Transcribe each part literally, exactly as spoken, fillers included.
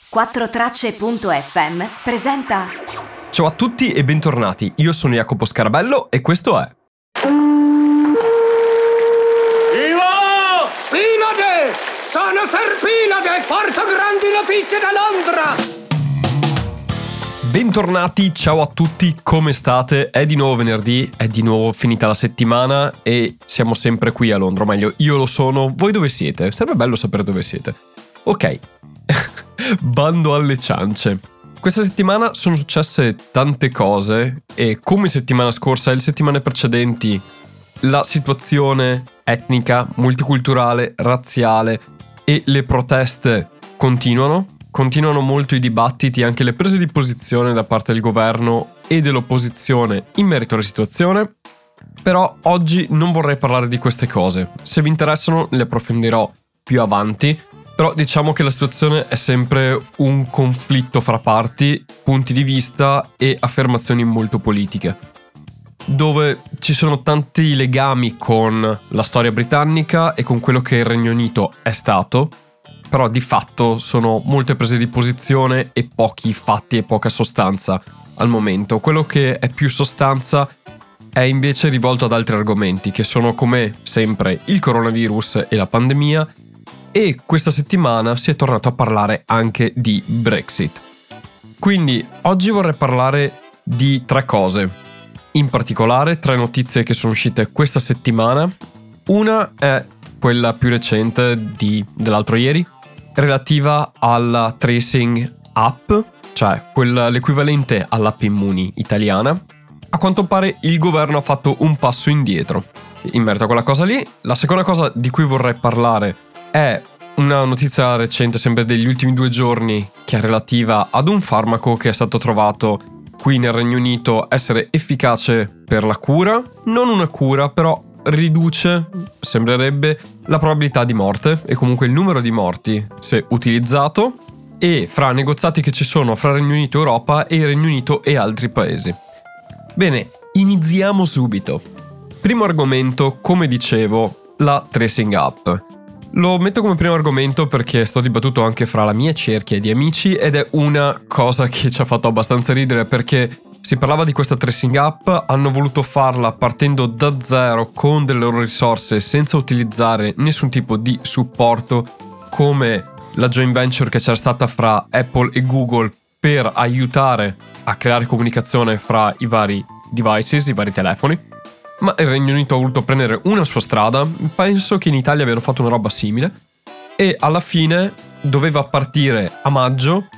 quattro tracce punto effe emme presenta. Ciao a tutti e bentornati, io sono Jacopo Scarabello e questo è Ivo! Pinade! Sono Serpinade! Porto grandi notizie da Londra! Bentornati, ciao a tutti, come state? È di nuovo venerdì, è di nuovo finita la settimana e siamo sempre qui a Londra, o meglio, io lo sono, voi dove siete? Sarebbe bello sapere dove siete. Ok, bando alle ciance. Questa settimana sono successe tante cose e come settimana scorsa e le settimane precedenti la situazione etnica, multiculturale, razziale e le proteste continuano. Continuano molto i dibattiti e anche le prese di posizione da parte del governo e dell'opposizione in merito alla situazione. Però oggi non vorrei parlare di queste cose. Se vi interessano le approfondirò più avanti. Però diciamo che la situazione è sempre un conflitto fra parti, punti di vista e affermazioni molto politiche, dove ci sono tanti legami con la storia britannica e con quello che il Regno Unito è stato, però di fatto sono molte prese di posizione e pochi fatti e poca sostanza al momento. Quello che è più sostanza è invece rivolto ad altri argomenti, che sono come sempre il coronavirus e la pandemia, e questa settimana si è tornato a parlare anche di Brexit. Quindi oggi vorrei parlare di tre cose, in particolare tre notizie che sono uscite questa settimana. Una è quella più recente di, dell'altro ieri, relativa alla tracing app, cioè quella, l'equivalente all'app Immuni italiana. A quanto pare il governo ha fatto un passo indietro in merito a quella cosa lì. La seconda cosa di cui vorrei parlare è una notizia recente, sempre degli ultimi due giorni, che è relativa ad un farmaco che è stato trovato qui nel Regno Unito essere efficace per la cura. Non una cura, però riduce, sembrerebbe, la probabilità di morte e comunque il numero di morti se utilizzato, e fra negoziati che ci sono fra Regno Unito e Europa e Regno Unito e altri paesi. Bene, iniziamo subito. Primo argomento, come dicevo, la tracing app. Lo metto come primo argomento perché sto dibattuto anche fra la mia cerchia di amici ed è una cosa che ci ha fatto abbastanza ridere, perché si parlava di questa tracing app, hanno voluto farla partendo da zero con delle loro risorse senza utilizzare nessun tipo di supporto, come la joint venture che c'era stata fra Apple e Google per aiutare a creare comunicazione fra i vari devices, i vari telefoni. Ma il Regno Unito ha voluto prendere una sua strada, penso che in Italia abbiano fatto una roba simile, e alla fine doveva partire a maggio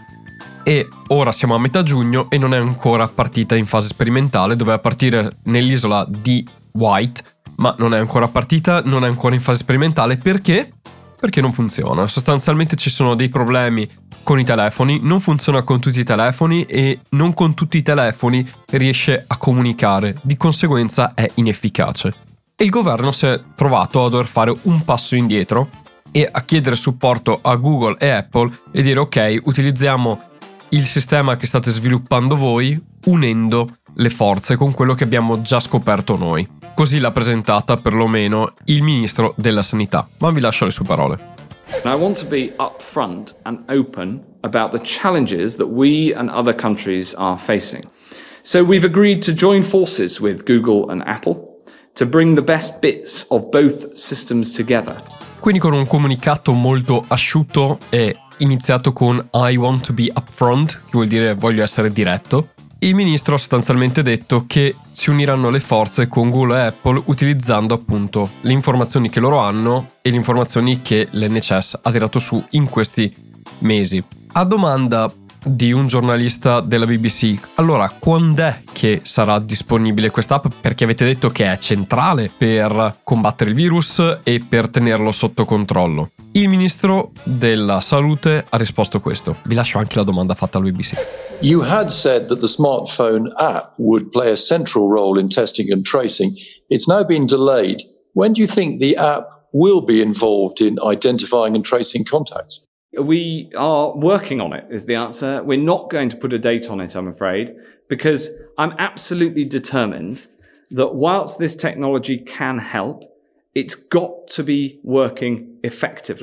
e ora siamo a metà giugno e non è ancora partita in fase sperimentale. Doveva partire nell'isola di White, ma non è ancora partita, non è ancora in fase sperimentale. Perché? Perché non funziona. Sostanzialmente ci sono dei problemi con i telefoni, non funziona con tutti i telefoni e non con tutti i telefoni riesce a comunicare, di conseguenza è inefficace. E il governo si è trovato a dover fare un passo indietro e a chiedere supporto a Google e Apple e dire: ok, utilizziamo il sistema che state sviluppando voi unendo le forze con quello che abbiamo già scoperto noi. Così l'ha presentata perlomeno il ministro della sanità, ma vi lascio le sue parole. Now, I want to be upfront and open about the challenges that we and other countries are facing. So we've agreed to join forces with Google and Apple to bring the best bits of both systems together. Quindi con un comunicato molto asciutto e iniziato con I want to be upfront, che vuol dire voglio essere diretto, il ministro ha sostanzialmente detto che si uniranno le forze con Google e Apple utilizzando appunto le informazioni che loro hanno e le informazioni che l'N H S ha tirato su in questi mesi. A domanda di un giornalista della B B C: allora, quando è che sarà disponibile quest'app? Perché avete detto che è centrale per combattere il virus e per tenerlo sotto controllo. Il ministro della salute ha risposto questo. Vi lascio anche la domanda fatta alla B B C. You had said that the smartphone app would play a central role in testing and tracing. It's now been delayed. When do you think the app will be involved in identifying and tracing contacts? We are working on it, is the answer. We're not going to put a date on it, I'm afraid, because I'm absolutely determined that whilst this technology can help, it's got to be working effectively.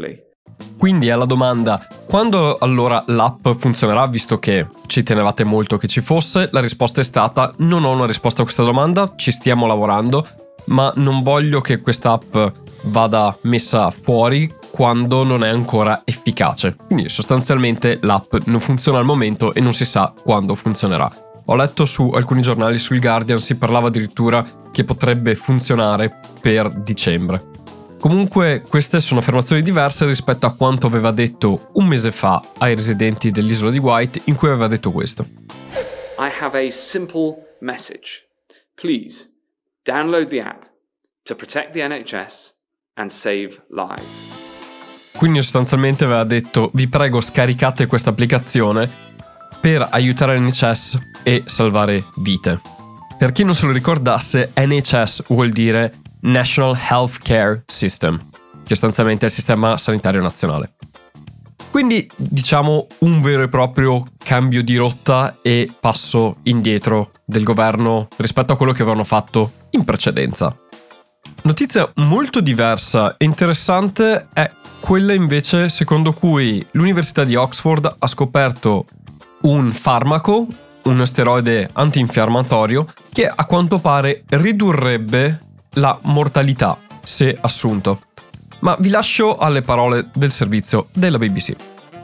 Quindi alla domanda quando allora l'app funzionerà, visto che ci tenevate molto che ci fosse, la risposta è stata: non ho una risposta a questa domanda, ci stiamo lavorando, ma non voglio che questa app vada messa fuori quando non è ancora efficace. Quindi sostanzialmente l'app non funziona al momento e non si sa quando funzionerà. Ho letto su alcuni giornali, sul Guardian, si parlava addirittura che potrebbe funzionare per dicembre. Comunque queste sono affermazioni diverse rispetto a quanto aveva detto un mese fa ai residenti dell'isola di Wight, in cui aveva detto questo. I have a simple message. Please download the app to protect the N H S and save lives. Quindi sostanzialmente aveva detto: vi prego, scaricate questa applicazione per aiutare l'N H S e salvare vite. Per chi non se lo ricordasse, N H S vuol dire National Healthcare System, che sostanzialmente è il sistema sanitario nazionale. Quindi diciamo un vero e proprio cambio di rotta e passo indietro del governo rispetto a quello che avevano fatto in precedenza. Notizia molto diversa e interessante è quella invece secondo cui l'Università di Oxford ha scoperto un farmaco, un steroide antinfiammatorio, che a quanto pare ridurrebbe la mortalità se assunto. Ma vi lascio alle parole del servizio della B B C.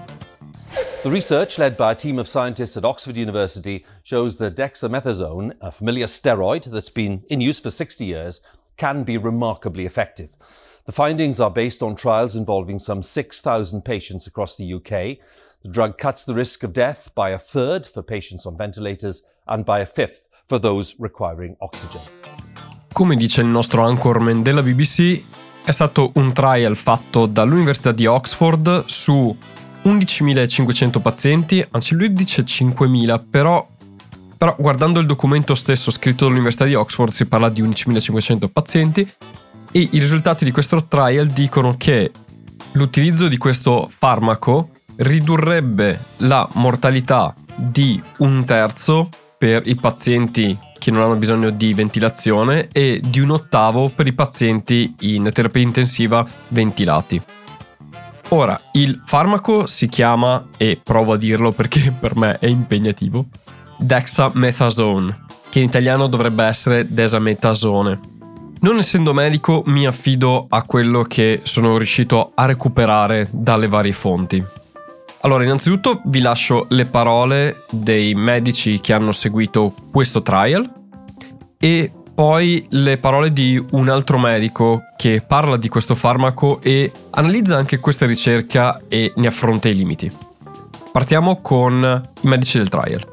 The research led by a team of scientists at Oxford University shows that dexamethasone, a familiar steroid that's been in use for sixty years, can be remarkably effective. The findings are based on trials involving some six thousand patients across the U K. The drug cuts the risk of death by a third for patients on ventilators and by a fifth for those requiring oxygen. Come dice il nostro anchorman della B B C, è stato un trial fatto dall'Università di Oxford su undicimilacinquecento pazienti, anzi lui dice cinquemila, però, però guardando il documento stesso scritto dall'Università di Oxford si parla di undicimilacinquecento pazienti e i risultati di questo trial dicono che l'utilizzo di questo farmaco ridurrebbe la mortalità di un terzo per i pazienti che non hanno bisogno di ventilazione e di un ottavo per i pazienti in terapia intensiva ventilati. Ora, il farmaco si chiama, e provo a dirlo perché per me è impegnativo, dexamethasone, che in italiano dovrebbe essere desametasone. Non essendo medico mi affido a quello che sono riuscito a recuperare dalle varie fonti. Allora, innanzitutto vi lascio le parole dei medici che hanno seguito questo trial e poi le parole di un altro medico che parla di questo farmaco e analizza anche questa ricerca e ne affronta i limiti. Partiamo con i medici del trial.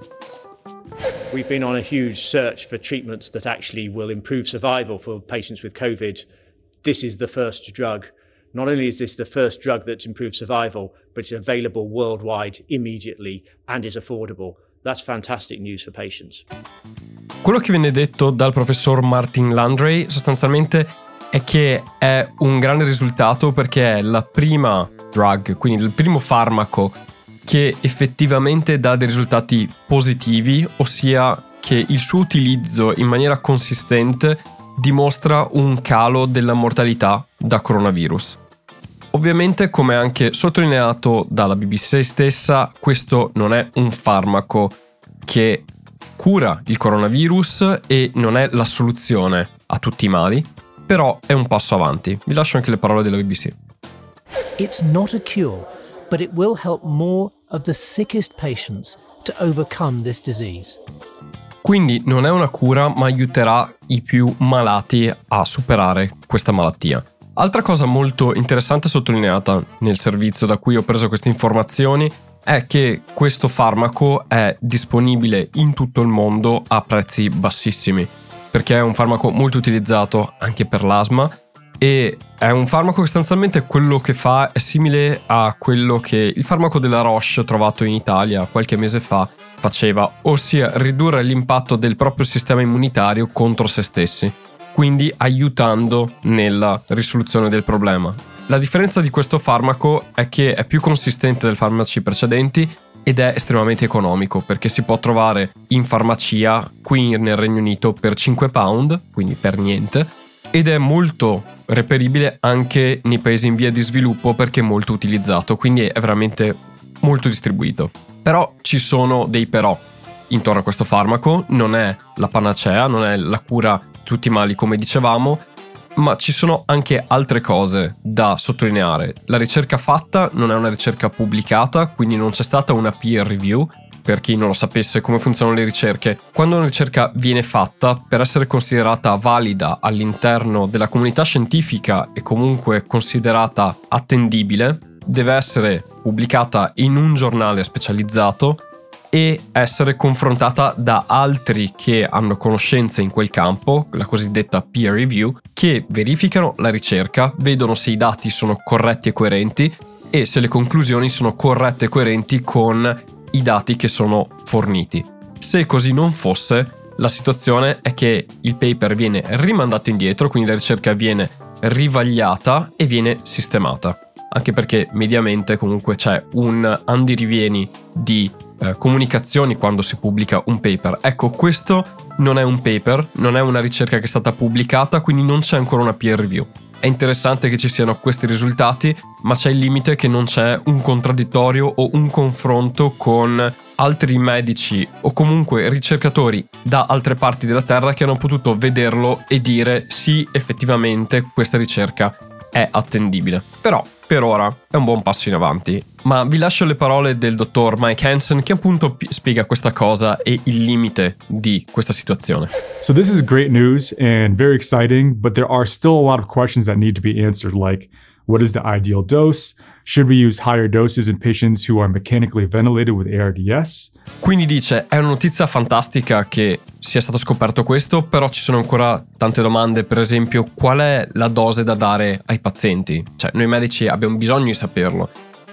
We've been on a huge search for treatments that actually will improve survival for patients with COVID. This is the first drug. Not only is this the first drug that improves survival, but it's available worldwide immediately and is affordable. That's fantastic news for patients. Quello che viene detto dal professor Martin Landray sostanzialmente è che è un grande risultato perché è la prima drug, quindi il primo farmaco che effettivamente dà dei risultati positivi, ossia che il suo utilizzo in maniera consistente dimostra un calo della mortalità da coronavirus. Ovviamente, come anche sottolineato dalla B B C stessa, questo non è un farmaco che cura il coronavirus e non è la soluzione a tutti i mali, però è un passo avanti. Vi lascio anche le parole della B B C. It's not a cure, but it will help more of the sickest patients to overcome this disease. Quindi non è una cura, ma aiuterà i più malati a superare questa malattia. Altra cosa molto interessante sottolineata nel servizio da cui ho preso queste informazioni è che questo farmaco è disponibile in tutto il mondo a prezzi bassissimi, perché è un farmaco molto utilizzato anche per l'asma e è un farmaco che sostanzialmente quello che fa è simile a quello che il farmaco della Roche trovato in Italia qualche mese fa faceva, ossia ridurre l'impatto del proprio sistema immunitario contro se stessi, quindi aiutando nella risoluzione del problema. La differenza di questo farmaco è che è più consistente dei farmaci precedenti ed è estremamente economico perché si può trovare in farmacia qui nel Regno Unito per cinque pound, quindi per niente, ed è molto reperibile anche nei paesi in via di sviluppo perché è molto utilizzato, quindi è veramente molto distribuito. Però ci sono dei però intorno a questo farmaco, non è la panacea, non è la cura di tutti i mali come dicevamo, ma ci sono anche altre cose da sottolineare. La ricerca fatta non è una ricerca pubblicata, quindi non c'è stata una peer review. Per chi non lo sapesse come funzionano le ricerche, quando una ricerca viene fatta, per essere considerata valida all'interno della comunità scientifica e comunque considerata attendibile, deve essere pubblicata in un giornale specializzato e essere confrontata da altri che hanno conoscenze in quel campo, la cosiddetta peer review, che verificano la ricerca, vedono se i dati sono corretti e coerenti e se le conclusioni sono corrette e coerenti con i dati che sono forniti. Se così non fosse, la situazione è che il paper viene rimandato indietro, quindi la ricerca viene rivagliata e viene sistemata, anche perché mediamente comunque c'è un andirivieni di eh, comunicazioni quando si pubblica un paper. Ecco, questo non è un paper, non è una ricerca che è stata pubblicata, quindi non c'è ancora una peer review. È interessante che ci siano questi risultati, ma c'è il limite che non c'è un contraddittorio o un confronto con altri medici o comunque ricercatori da altre parti della Terra che hanno potuto vederlo e dire sì, effettivamente questa ricerca è attendibile. Però per ora è un buon passo in avanti. Ma vi lascio le parole del dottor Mike Hansen che appunto p- spiega questa cosa e il limite di questa situazione. So this is great news and very exciting, but there are still a lot of questions that need to be answered, like what is the ideal dose? Should we use higher doses in patients who are mechanically ventilated with A R D S? Quindi dice, è una notizia fantastica che sia stato scoperto questo, però ci sono ancora tante domande, per esempio qual è la dose da dare ai pazienti? Cioè noi medici abbiamo bisogno di saperlo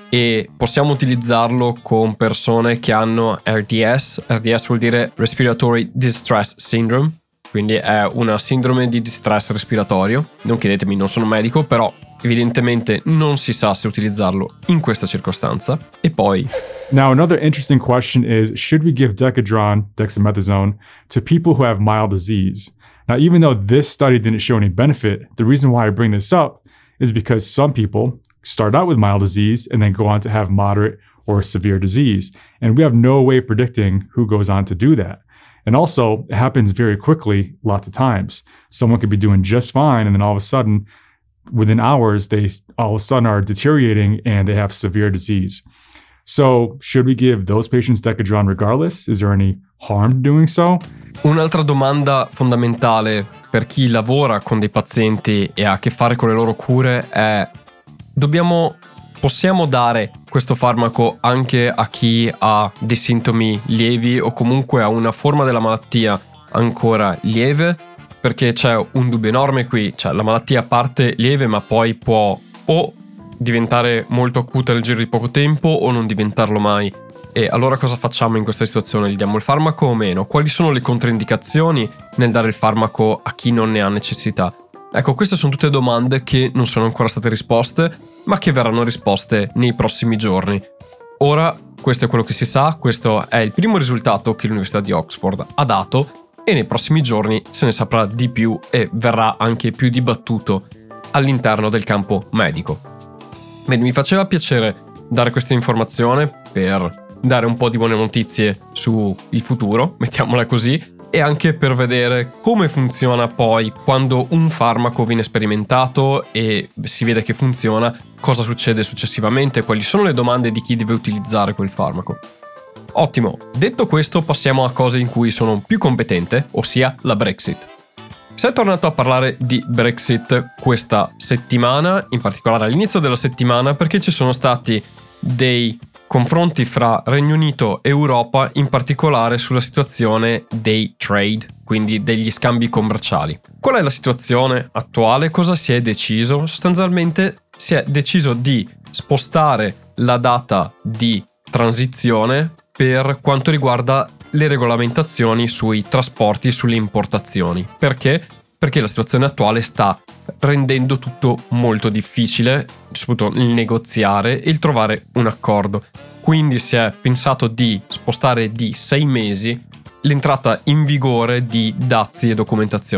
e possiamo utilizzarlo con persone che hanno R D S. R D S vuol dire Respiratory Distress Syndrome, quindi è una sindrome di distress respiratorio. Non chiedetemi, non sono medico, però evidentemente non si sa se utilizzarlo in questa circostanza. E poi Now another interesting question is, should we give Decadron, dexamethasone, to people who have mild disease? Now even though this study didn't show any benefit, the reason why I bring this up is because some people start out with mild disease and then go on to have moderate or severe disease, and we have no way of predicting who goes on to do that. And also, it happens very quickly lots of times. Someone could be doing just fine, and then all of a sudden, within hours, they all of a sudden are deteriorating and they have severe disease. So, should we give those patients Decadron regardless? Is there any harm doing so? Un'altra domanda fondamentale per chi lavora con dei pazienti e ha a che fare con le loro cure è: dobbiamo, possiamo dare questo farmaco anche a chi ha dei sintomi lievi o comunque ha una forma della malattia ancora lieve? Perché c'è un dubbio enorme qui, cioè la malattia parte lieve ma poi può o diventare molto acuta nel giro di poco tempo o non diventarlo mai. E allora cosa facciamo in questa situazione? Gli diamo il farmaco o meno? Quali sono le controindicazioni nel dare il farmaco a chi non ne ha necessità? Ecco, queste sono tutte domande che non sono ancora state risposte, ma che verranno risposte nei prossimi giorni. Ora, questo è quello che si sa, questo è il primo risultato che l'Università di Oxford ha dato e nei prossimi giorni se ne saprà di più e verrà anche più dibattuto all'interno del campo medico. Bene, mi faceva piacere dare questa informazione per dare un po' di buone notizie sul futuro, mettiamola così, e anche per vedere come funziona poi quando un farmaco viene sperimentato e si vede che funziona, cosa succede successivamente, quali sono le domande di chi deve utilizzare quel farmaco. Ottimo, detto questo passiamo a cose in cui sono più competente, ossia la Brexit. Si è tornato a parlare di Brexit questa settimana, in particolare all'inizio della settimana, perché ci sono stati dei confronti fra Regno Unito e Europa, in particolare sulla situazione dei trade, quindi degli scambi commerciali. Qual è la situazione attuale? Cosa si è deciso? Sostanzialmente si è deciso di spostare la data di transizione per quanto riguarda le regolamentazioni sui trasporti e sulle importazioni. Perché? Perché la situazione attuale sta rendendo tutto molto difficile, soprattutto il negoziare e il trovare un accordo. Quindi si è pensato di spostare di sei mesi l'entrata in vigore di dazi e documentazione.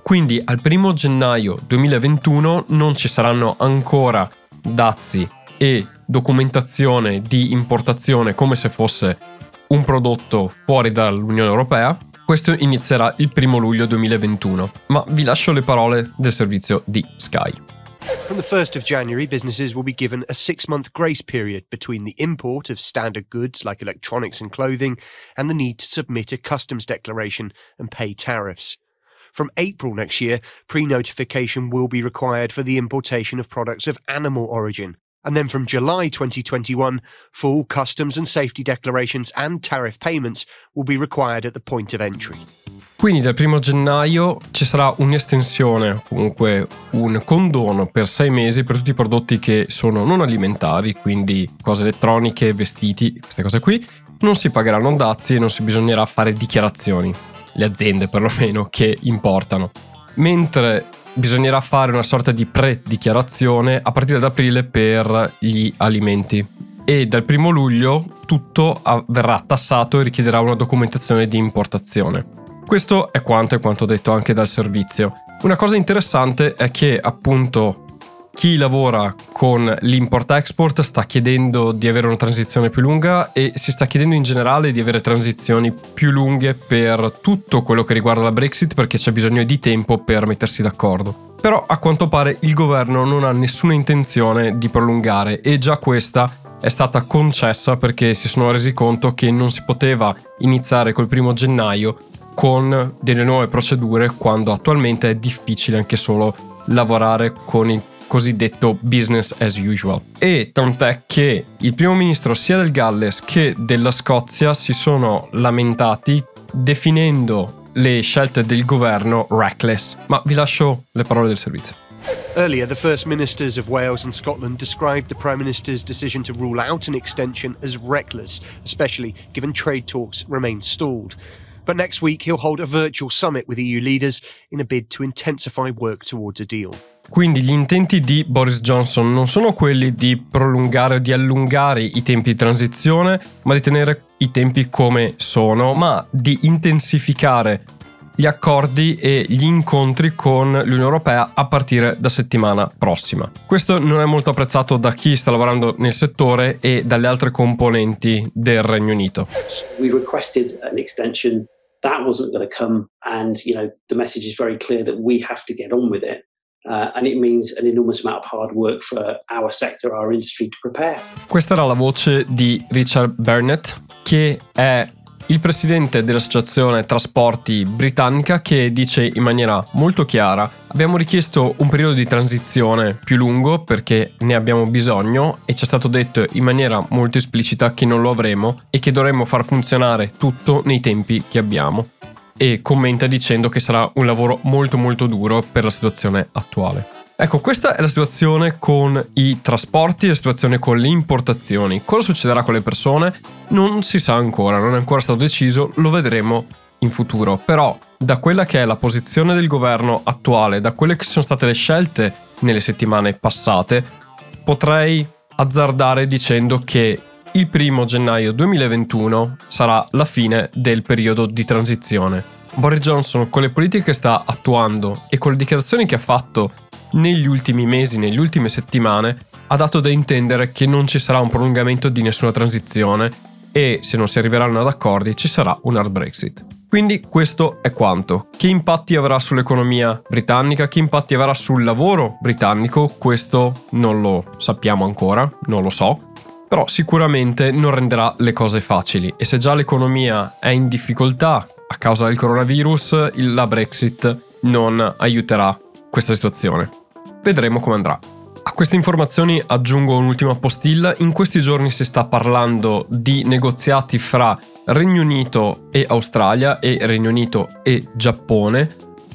Quindi al primo gennaio duemilaventuno non ci saranno ancora dazi e documentazione di importazione come se fosse un prodotto fuori dall'Unione Europea. Questo inizierà il primo luglio duemilaventuno, ma vi lascio le parole del servizio di Sky. From the first of January, businesses will be given a six-month grace period between the import of standard goods like electronics and clothing and the need to submit a customs declaration and pay tariffs. From April next year, pre-notification will be required for the importation of products of animal origin. And then from July twenty twenty-one, full customs and safety declarations and tariff payments will be required at the point of entry. Quindi dal primo gennaio ci sarà un'estensione, comunque un condono per sei mesi per tutti i prodotti che sono non alimentari, quindi cose elettroniche, vestiti, queste cose qui. Non si pagheranno dazi e non si bisognerà fare dichiarazioni, le aziende perlomeno che importano. Mentre bisognerà fare una sorta di pre-dichiarazione a partire da aprile per gli alimenti. E dal primo luglio tutto verrà tassato e richiederà una documentazione di importazione. Questo è quanto è quanto detto anche dal servizio. Una cosa interessante è che appunto chi lavora con l'import-export sta chiedendo di avere una transizione più lunga e si sta chiedendo in generale di avere transizioni più lunghe per tutto quello che riguarda la Brexit, perché c'è bisogno di tempo per mettersi d'accordo. Però a quanto pare il governo non ha nessuna intenzione di prolungare e già questa è stata concessa perché si sono resi conto che non si poteva iniziare col primo gennaio con delle nuove procedure quando attualmente è difficile anche solo lavorare con il cosiddetto business as usual. E tant'è che il primo ministro sia del Galles che della Scozia si sono lamentati definendo le scelte del governo reckless. Ma vi lascio le parole del servizio. Earlier, the First Ministers of Wales and Scotland described the Prime Minister's decision to rule out an extension as reckless, especially given trade talks remain stalled. But next week he'll hold a virtual summit with E U leaders in a bid to intensify work towards a deal. Quindi gli intenti di Boris Johnson non sono quelli di prolungare o di allungare i tempi di transizione, ma di tenere i tempi come sono, ma di intensificare gli accordi e gli incontri con l'Unione Europea a partire da settimana prossima. Questo non è molto apprezzato da chi sta lavorando nel settore e dalle altre componenti del Regno Unito. We requested an extension. That wasn't going to come, and you know the message is very clear that we have to get on with it. Uh, and it means an enormous amount of hard work for our sector, our industry to prepare. Questa era la voce di Richard Burnett, che è il presidente dell'associazione trasporti britannica, che dice in maniera molto chiara: abbiamo richiesto un periodo di transizione più lungo perché ne abbiamo bisogno e ci è stato detto in maniera molto esplicita che non lo avremo e che dovremmo far funzionare tutto nei tempi che abbiamo. E commenta dicendo che sarà un lavoro molto molto duro per la situazione attuale. Ecco, questa è la situazione con i trasporti, la situazione con le importazioni. Cosa succederà con le persone? Non si sa ancora, non è ancora stato deciso, lo vedremo in futuro. Però da quella che è la posizione del governo attuale, da quelle che sono state le scelte nelle settimane passate, potrei azzardare dicendo che il primo gennaio duemilaventuno sarà la fine del periodo di transizione. Boris Johnson, con le politiche che sta attuando e con le dichiarazioni che ha fatto negli ultimi mesi, negli ultime settimane, ha dato da intendere che non ci sarà un prolungamento di nessuna transizione e se non si arriveranno ad accordi ci sarà un hard Brexit. Quindi questo è quanto. Che impatti avrà sull'economia britannica, che impatti avrà sul lavoro britannico, questo non lo sappiamo ancora, non lo so. Però sicuramente non renderà le cose facili e se già l'economia è in difficoltà a causa del coronavirus, la Brexit non aiuterà questa situazione. Vedremo come andrà. A queste informazioni aggiungo un'ultima postilla. In questi giorni si sta parlando di negoziati fra Regno Unito e Australia e Regno Unito e Giappone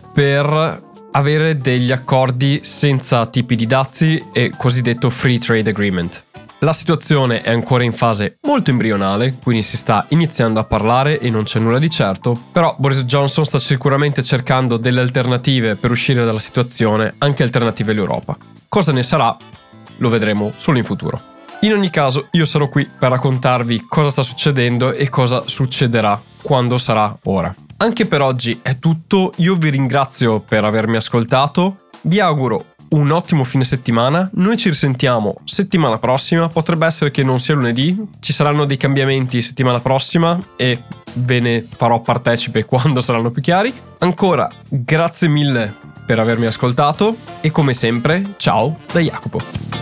per avere degli accordi senza tipi di dazi e cosiddetto Free Trade Agreement. La situazione è ancora in fase molto embrionale, quindi si sta iniziando a parlare e non c'è nulla di certo, però Boris Johnson sta sicuramente cercando delle alternative per uscire dalla situazione, anche alternative all'Europa. Cosa ne sarà? Lo vedremo solo in futuro. In ogni caso, io sarò qui per raccontarvi cosa sta succedendo e cosa succederà quando sarà ora. Anche per oggi è tutto, io vi ringrazio per avermi ascoltato, vi auguro un ottimo fine settimana, noi ci risentiamo settimana prossima, potrebbe essere che non sia lunedì, ci saranno dei cambiamenti settimana prossima e ve ne farò partecipe quando saranno più chiari. Ancora grazie mille per avermi ascoltato e come sempre ciao da Jacopo.